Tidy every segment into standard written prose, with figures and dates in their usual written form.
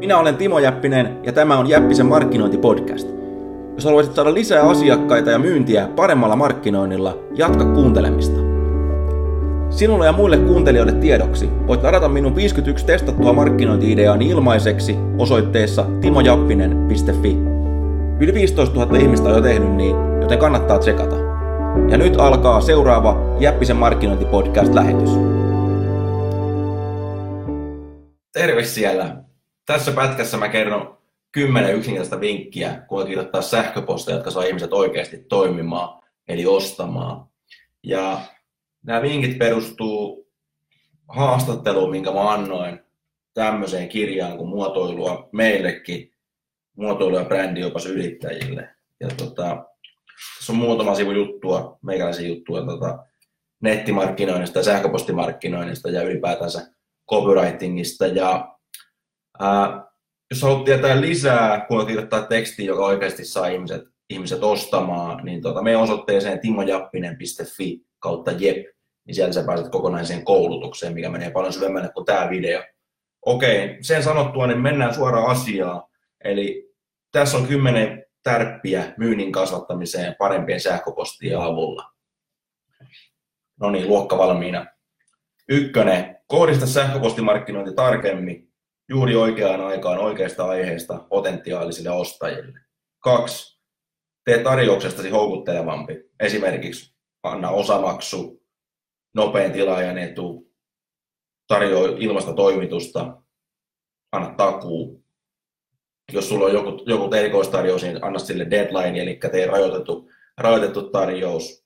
Minä olen Timo Jäppinen ja tämä on Jäppisen markkinointipodcast. Jos haluaisit saada lisää asiakkaita ja myyntiä paremmalla markkinoinnilla, jatka kuuntelemista. Sinulle ja muille kuuntelijoille tiedoksi voit ladata minun 51 testattua markkinointi-ideaani ilmaiseksi osoitteessa timojappinen.fi. Yli 15 000 ihmistä on jo tehnyt niin, joten kannattaa tsekata. Ja nyt alkaa seuraava Jäppisen markkinointipodcast-lähetys. Terve siellä! Tässä pätkässä mä kerron 10 yksinkertaista vinkkiä, kuinka kirjoittaa sähköposteja, jotka saa ihmiset oikeasti toimimaan, eli ostamaan. Ja nämä vinkit perustuu haastatteluun, minkä mä annoin tämmöiseen kirjaan kuin Muotoilua meillekin, muotoilu- ja brändiopas yrittäjille. Ja tässä on muutama sivu juttua, meikäläisiä juttuja nettimarkkinoinnista ja sähköpostimarkkinoinnista ja ylipäätänsä copywritingista. Ja jos haluat tietää lisää, kuinka kirjoittaa tekstiä, joka oikeasti saa ihmiset ostamaan, niin meidän osoitteeseen timojappinen.fi/jep, niin sieltä sä pääset kokonaiseen koulutukseen, mikä menee paljon syvemmälle kuin tämä video. Okei, sen sanottua, niin mennään suoraan asiaan. Eli tässä on 10 tärppiä myynnin kasvattamiseen parempien sähköpostien avulla. No niin, luokka valmiina. 1. Kohdista sähköpostimarkkinointi tarkemmin juuri oikeaan aikaan oikeasta aiheesta potentiaalisille ostajille. 2. Tee tarjouksestasi houkuttelevampi. Esimerkiksi anna osamaksu, nopein tilaajan etu, tarjoa ilmaista toimitusta, anna takuu. Jos sulla on joku erikoistarjous, niin anna sille deadline, eli tee rajoitettu tarjous.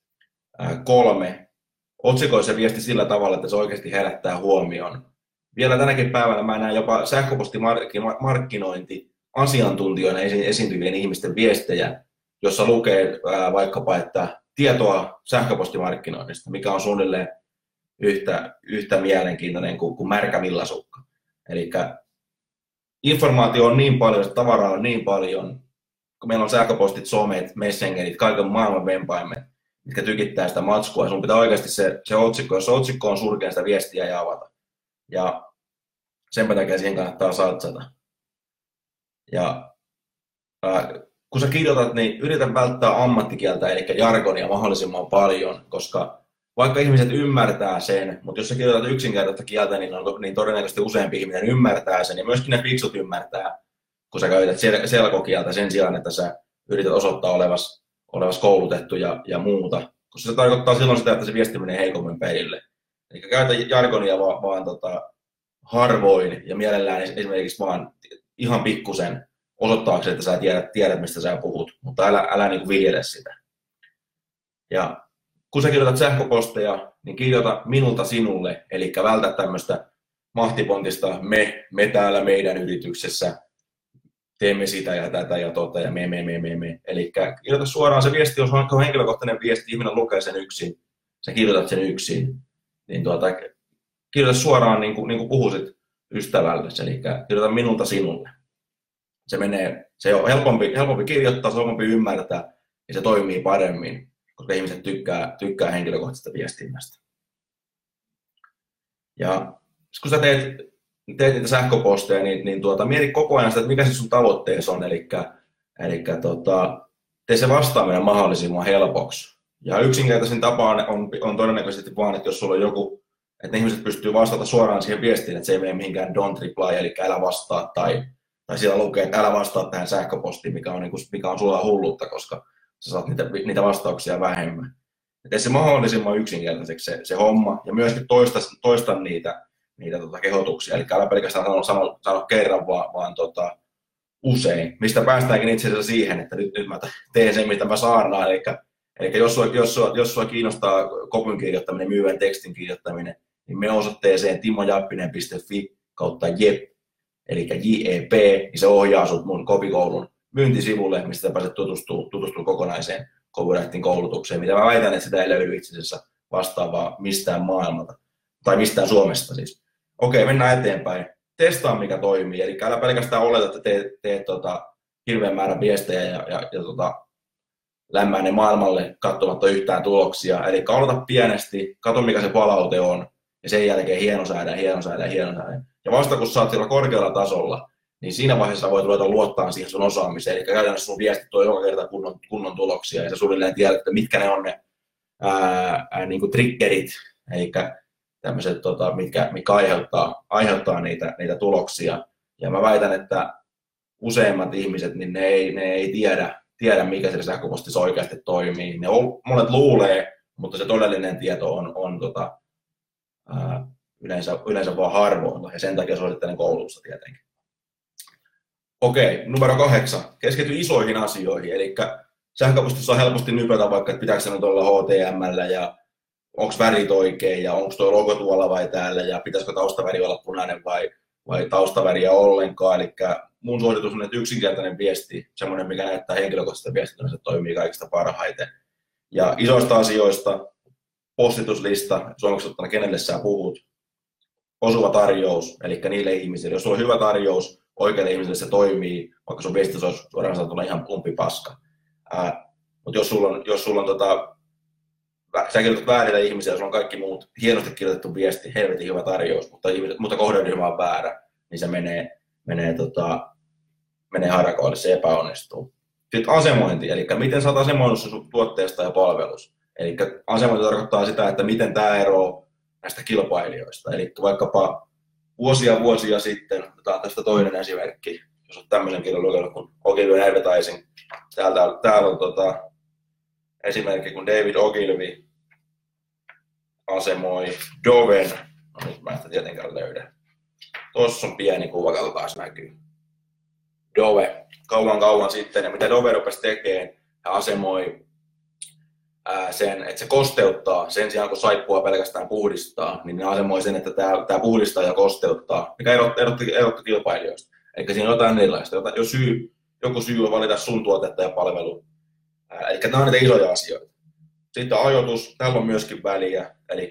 3. Otsikoi se viesti sillä tavalla, että se oikeasti herättää huomion. Vielä tänäkin päivänä mä näen jopa sähköpostimarkkinointi asiantuntijoina esiintyvien ihmisten viestejä, jossa lukee vaikkapa, että tietoa sähköpostimarkkinoinnista, mikä on suunnilleen yhtä mielenkiintoinen kuin märkä villasukka. Eli informaatio on niin paljon, tavaraa on niin paljon, kun meillä on sähköpostit, somet, messengerit, kaiken maailman vempaimet, mitkä tykittää sitä matskua. Ja sun pitää oikeasti se otsikko, jos otsikko on surkea, sitä viestiä ja avata. Ja senpä takia siihen kannattaa satsata. Ja kun sä kirjoitat, niin yritä välttää ammattikieltä, eli jargonia mahdollisimman paljon, koska vaikka ihmiset ymmärtää sen, mutta jos sä kirjoitat yksinkertaista kieltä, niin todennäköisesti useampi ihminen ymmärtää sen, ja myöskin ne fiksut ymmärtää, kun sä käytät selkokieltä sen sijaan, että sä yrität osoittaa olevas koulutettu ja muuta, koska se tarkoittaa silloin sitä, että se viesti menee heikommin perille. Eli käytä jargonia vaan harvoin ja mielellään esimerkiksi vaan ihan pikkusen osoittaakseen, että sä tiedät mistä sä puhut, mutta älä niin kuin viljele sitä. Ja kun sä kirjoitat sähköposteja, niin kirjoita minulta sinulle, eli vältä tämmöistä mahtipontista me täällä meidän yrityksessä teemme sitä ja tätä ja ja me. Eli kirjoita suoraan se viesti, jos on henkilökohtainen viesti, ihminen lukee sen yksin, sä kirjoitat sen yksin, niin kirjoita suoraan niin kuin puhuisit ystävälle, eli kirjoita minulta sinulle. Se on helpompi kirjoittaa, se on helpompi ymmärtää ja se toimii paremmin, koska ihmiset tykkää henkilökohtaisesta viestinnästä. Ja kun sä teet niitä sähköposteja, niin mieti koko ajan sitä, että mikä se sun tavoitteesi on, eli tee se vastaaminen mahdollisimman helpoksi. Ja yksinkertaisin tapa on todennäköisesti vaan, että jos sulla on joku, että ne ihmiset pystyy vastata suoraan siihen viestiin, että se ei mene mihinkään don't reply, eli älä vastaa, tai siellä lukee, että älä vastaa tähän sähköpostiin, mikä on sulla hullutta, koska sä saat niitä vastauksia vähemmän. Tee se mahdollisimman yksinkertaiseksi se homma, ja myöskin toista niitä kehotuksia, eli älä pelkästään sano kerran, vaan usein, mistä päästäänkin itse asiassa siihen, että nyt mä teen sen, mitä mä saarnaan, eli jos sua kiinnostaa kopyn kirjoittaminen, myyvän tekstin kirjoittaminen, niin mene osoitteeseen timojappinen.fi/jep, eli JEP, niin se ohjaa sut mun kopikoulun myyntisivulle, mistä sä pääset tutustua kokonaiseen copywriting koulutukseen, mitä mä väitän, että sitä ei löydy itse asiassa vastaavaa mistään maailmalta, tai mistään Suomesta siis. Okei, mennään eteenpäin. Testaa mikä toimii, eli älä pelkästään oleta, että teet hirveän määrän viestejä ja lämmää ne maailmalle katsomatta yhtään tuloksia. Eli aloita pienesti, katso mikä se palaute on, ja sen jälkeen hienosäädä. Ja vasta kun sä oot siellä korkealla tasolla, niin siinä vaiheessa voit ruveta luottaa siihen sun osaamiseen. Eli käytännössä sun viestit tuo joka kerta kunnon tuloksia, ja sä suunnilleen tiedät, että mitkä ne on ne niin kuin triggerit, eli tämmöiset, mitkä aiheuttaa niitä tuloksia. Ja mä väitän, että useimmat ihmiset, niin ne ei tiedä, mikä se sähköpostissa oikeasti toimii. Monet luulee, mutta se todellinen tieto on yleensä vaan harvoilla, ja sen takia suosittelen koulussa tietenkin. Okei, numero 8. Keskity isoihin asioihin, eli sähköpostissa on helposti nypätä vaikka, että pitääkö se nyt olla HTML ja onko värit oikein ja onko tuo logo tuolla vai täällä ja pitäisikö taustaväri olla punainen vai taustaväriä ollenkaan. Eli mun suositus on, että yksinkertainen viesti, semmoinen mikä näyttää henkilökohtaisesta viestinnästä, toimii kaikista parhaiten. Ja isoista asioista, postituslista, suomeksi ottana kenelle sä puhut, osuva tarjous, eli niille ihmisille. Jos sulla on hyvä tarjous, oikeille ihmisille se toimii, vaikka sun viesti olisi suoraan sanottuna ihan umpipaska. Mutta jos sulla on sä kirjoitat väärille ihmisille, jos on kaikki muut hienosti kirjoitettu viesti, helvetin hyvä tarjous, mutta kohderyhmä on väärä, niin se menee harakoille, se epäonnistuu. Sitten asemointi, eli miten sä oot asemoinut sun tuotteesta ja palvelusta. Eli asemointi tarkoittaa sitä, että miten tämä eroaa näistä kilpailijoista. Eli vaikkapa vuosia sitten, otetaan tästä toinen esimerkki, jos olet tämmöisen kirjan lukenut kuin Ogilvy Advertising. Täällä on esimerkki, kun David Ogilvy asemoi Doven. No nyt mä en sitä tietenkään löydä. Tuossa on pieni kuva, katsotaan näkyy. Dove, kauan sitten, ja mitä Dove rupesi tekemään, hän asemoi sen, että se kosteuttaa, sen sijaan kun saippua pelkästään puhdistaa, niin ne asemoi sen, että tämä puhdistaa ja kosteuttaa, mikä erotti kilpailijoista. Eli siinä on jotain erilaista, joku syy on valita sun tuotetta ja palvelu. Eli nämä on niitä isoja asioita. Sitten ajoitus, täällä on myöskin väliä, eli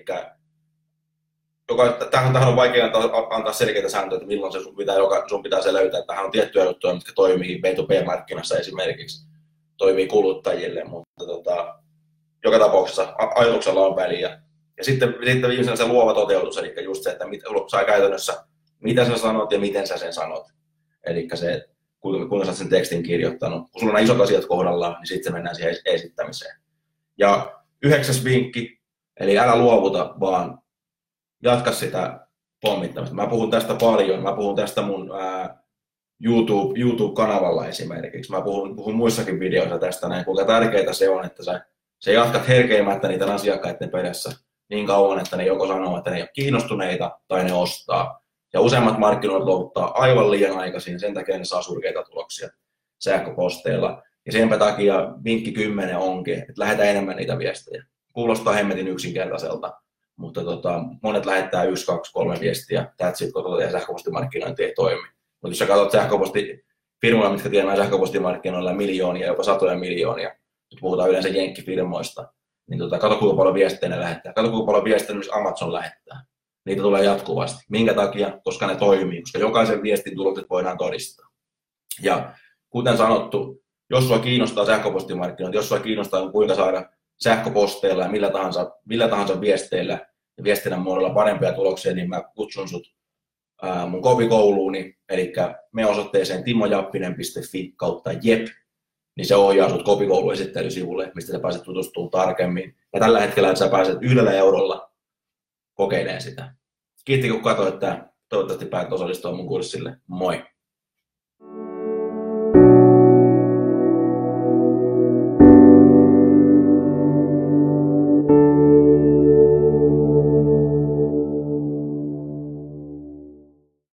tähän on vaikea antaa selkeitä sääntöjä, että milloin sun pitää se löytää. Tähän on tiettyjä juttuja, mitkä toimii B2B-markkinassa esimerkiksi, toimii kuluttajille, mutta joka tapauksessa ajoituksella on väliä. Ja sitten viimeisenä se luova toteutus, eli just se, että saa käytännössä, mitä sä sanot ja miten sä sen sanot. Eli se, kuinka sä oot sen tekstin kirjoittanut. Kun sulla on isot asiat kohdallaan, niin sitten mennään siihen esittämiseen. Ja 9. vinkki, eli älä luovuta, vaan jatka sitä pommittamista. Mä puhun tästä paljon. Mä puhun tästä mun YouTube-kanavalla esimerkiksi. Mä puhun muissakin videoissa tästä näin, kuinka tärkeää se on, että sä jatkat herkeimättä niiden asiakkaiden perässä niin kauan, että ne joko sanoo, että ne ei ole kiinnostuneita tai ne ostaa. Ja useimmat markkinoit luovuttaa aivan liian aikaisin, sen takia ne saa surkeita tuloksia sähköposteilla. Ja senpä takia vinkki 10 onkin, että lähetä enemmän niitä viestejä. Kuulostaa hemmetin yksinkertaiselta, mutta monet lähettää 1, 2, 3 viestiä, that's it, ja sähköpostimarkkinointi ei toimi. Mutta jos sä katsot sähköpostifirmoja, mitkä tienaa sähköpostimarkkinoilla miljoonia, jopa satoja miljoonia, nyt puhutaan yleensä jenkkifirmoista, niin kato kuinka paljon viestejä ne lähettää. Kato kuinka paljon viestejä myös Amazon lähettää. Niitä tulee jatkuvasti. Minkä takia? Koska ne toimii, koska jokaisen viestin tulokset voidaan todistaa. Ja kuten sanottu, jos sua kiinnostaa sähköpostimarkkinointi, jos sua kiinnostaa kuinka saada sähköposteilla ja millä tahansa viesteillä ja viestinnän muodolla parempia tuloksia, niin mä kutsun sut mun kopikouluuni, eli mene osoitteeseen timojappinen.fi/jep, niin se ohjaa sut kopikoulun esittelysivulle, mistä sä pääset tutustumaan tarkemmin. Ja tällä hetkellä sä pääset 1 eurolla kokeilemaan sitä. Kiitti kun katsoit, toivottavasti pääset osallistumaan mun kurssille. Moi!